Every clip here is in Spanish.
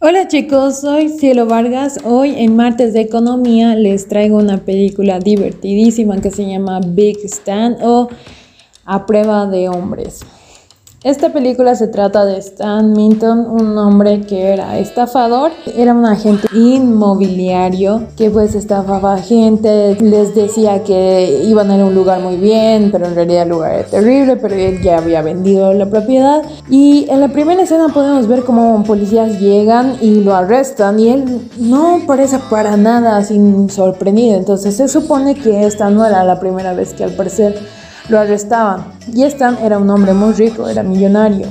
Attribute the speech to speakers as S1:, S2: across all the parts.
S1: Hola chicos, soy Cielo Vargas. Hoy en Martes de Economía les traigo una película divertidísima que se llama Big Stan o A Prueba de Hombres. Esta película se trata de Stan Minton, un hombre que era estafador, era un agente inmobiliario que pues estafaba a gente, les decía que iban a ir a un lugar muy bien, pero en realidad el lugar era terrible, pero él ya había vendido la propiedad. Y en la primera escena podemos ver cómo policías llegan y lo arrestan y él no parece para nada así sorprendido. Entonces se supone que esta no era la primera vez que al parecer lo arrestaban. Y Stan era un hombre muy rico, era millonario.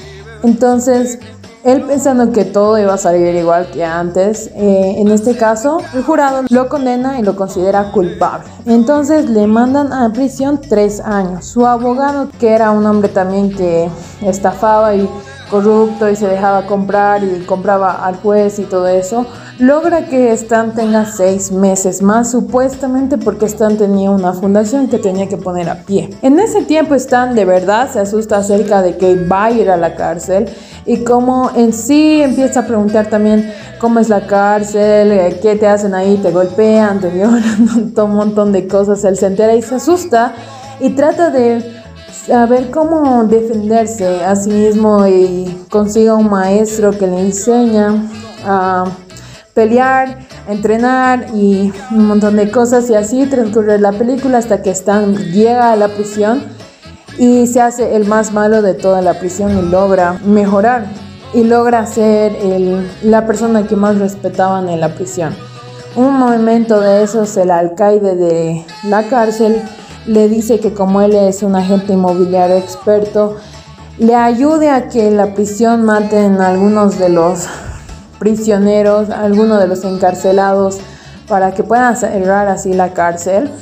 S1: Entonces, él pensando que todo iba a salir igual que antes, en este caso, el jurado lo condena y lo considera culpable. Entonces le mandan a prisión 3 años. Su abogado, que era un hombre también que estafaba y corrupto y se dejaba comprar y compraba al juez y todo eso, logra que Stan tenga 6 meses más, supuestamente porque Stan tenía una fundación que tenía que poner a pie. En ese tiempo Stan de verdad se asusta acerca de que va a ir a la cárcel y como en sí empieza a preguntar también cómo es la cárcel, qué te hacen ahí, te golpean, te violan, un montón de cosas. Él se entera y se asusta y trata de saber cómo defenderse a sí mismo y consiga un maestro que le enseña a pelear, a entrenar y un montón de cosas, y así transcurre la película hasta que Stan llega a la prisión y se hace el más malo de toda la prisión y logra mejorar y logra ser la persona que más respetaban en la prisión. Un momento de esos, el alcaide de la cárcel le dice que como él es un agente inmobiliario experto, le ayude a que la prisión maten a algunos de los prisioneros, a algunos de los encarcelados, para que puedan cerrar así la cárcel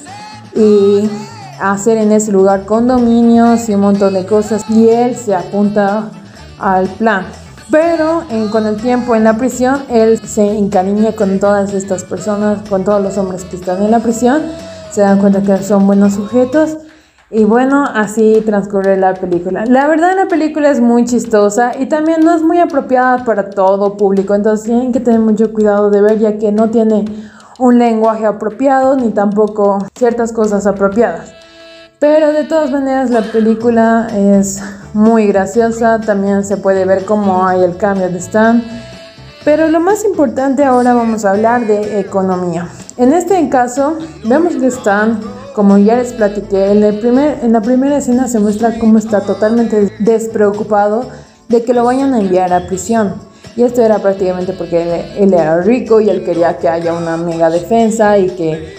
S1: y hacer en ese lugar condominios y un montón de cosas. Y él se apunta al plan. Pero con el tiempo en la prisión, él se encariña con todas estas personas, con todos los hombres que están en la prisión. Se dan cuenta que son buenos sujetos y bueno, así transcurre la película. La verdad, la película es muy chistosa y también no es muy apropiada para todo público, entonces tienen que tener mucho cuidado de ver, ya que no tiene un lenguaje apropiado ni tampoco ciertas cosas apropiadas. Pero de todas maneras la película es muy graciosa, también se puede ver cómo hay el cambio de Stan. Pero lo más importante, ahora vamos a hablar de economía. En este caso, vemos que Stan, como ya les platiqué, en la primera escena se muestra cómo está totalmente despreocupado de que lo vayan a enviar a prisión. Y esto era prácticamente porque él era rico y él quería que haya una mega defensa y que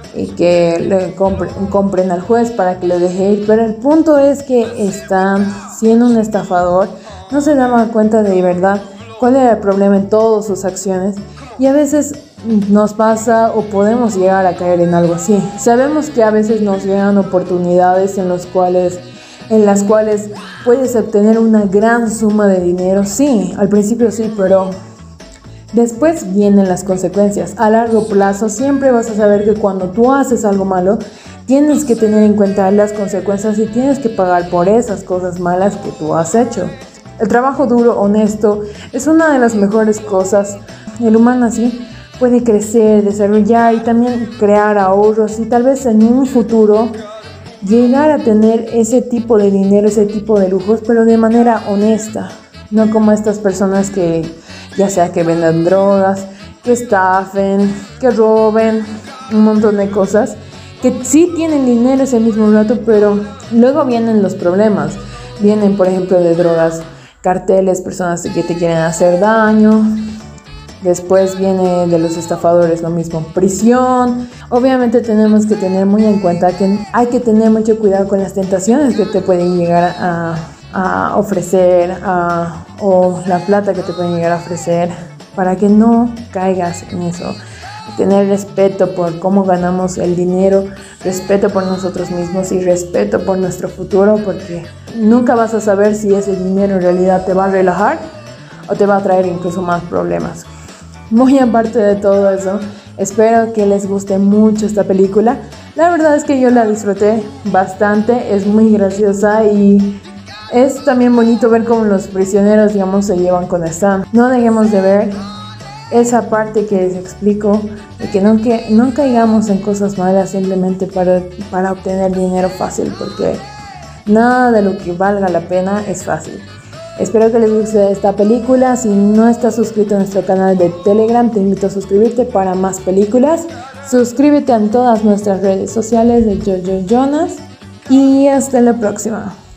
S1: le compren al juez para que lo deje ir. Pero el punto es que Stan, siendo un estafador, no se daba cuenta de verdad cuál era el problema en todas sus acciones, y a veces nos pasa o podemos llegar a caer en algo así. Sabemos que a veces nos llegan oportunidades en las cuales puedes obtener una gran suma de dinero. Sí, al principio sí, pero después vienen las consecuencias. A largo plazo siempre vas a saber que cuando tú haces algo malo, tienes que tener en cuenta las consecuencias y tienes que pagar por esas cosas malas que tú has hecho. El trabajo duro, honesto, es una de las mejores cosas. El humano así puede crecer, desarrollar y también crear ahorros y tal vez en un futuro llegar a tener ese tipo de dinero, ese tipo de lujos, pero de manera honesta. No como estas personas que ya sea que vendan drogas, que estafen, que roben, un montón de cosas, que sí tienen dinero ese mismo rato, pero luego vienen los problemas. Vienen, por ejemplo, de drogas, carteles, personas que te quieren hacer daño. Después viene de los estafadores lo mismo, prisión. Obviamente tenemos que tener muy en cuenta que hay que tener mucho cuidado con las tentaciones que te pueden llegar a ofrecer, o la plata que te pueden llegar a ofrecer, para que no caigas en eso. Tener respeto por cómo ganamos el dinero, respeto por nosotros mismos y respeto por nuestro futuro, porque nunca vas a saber si ese dinero en realidad te va a relajar o te va a traer incluso más problemas. Muy aparte de todo eso, espero que les guste mucho esta película. La verdad es que yo la disfruté bastante, es muy graciosa y Es también bonito ver cómo los prisioneros, digamos, se llevan con Stan. No dejemos de ver esa parte que les explico, de que no caigamos en cosas malas simplemente para obtener dinero fácil, porque nada de lo que valga la pena es fácil. Espero que les guste esta película. Si no estás suscrito a nuestro canal de Telegram, te invito a suscribirte para más películas. Suscríbete en todas nuestras redes sociales de Jojo Jonas y hasta la próxima.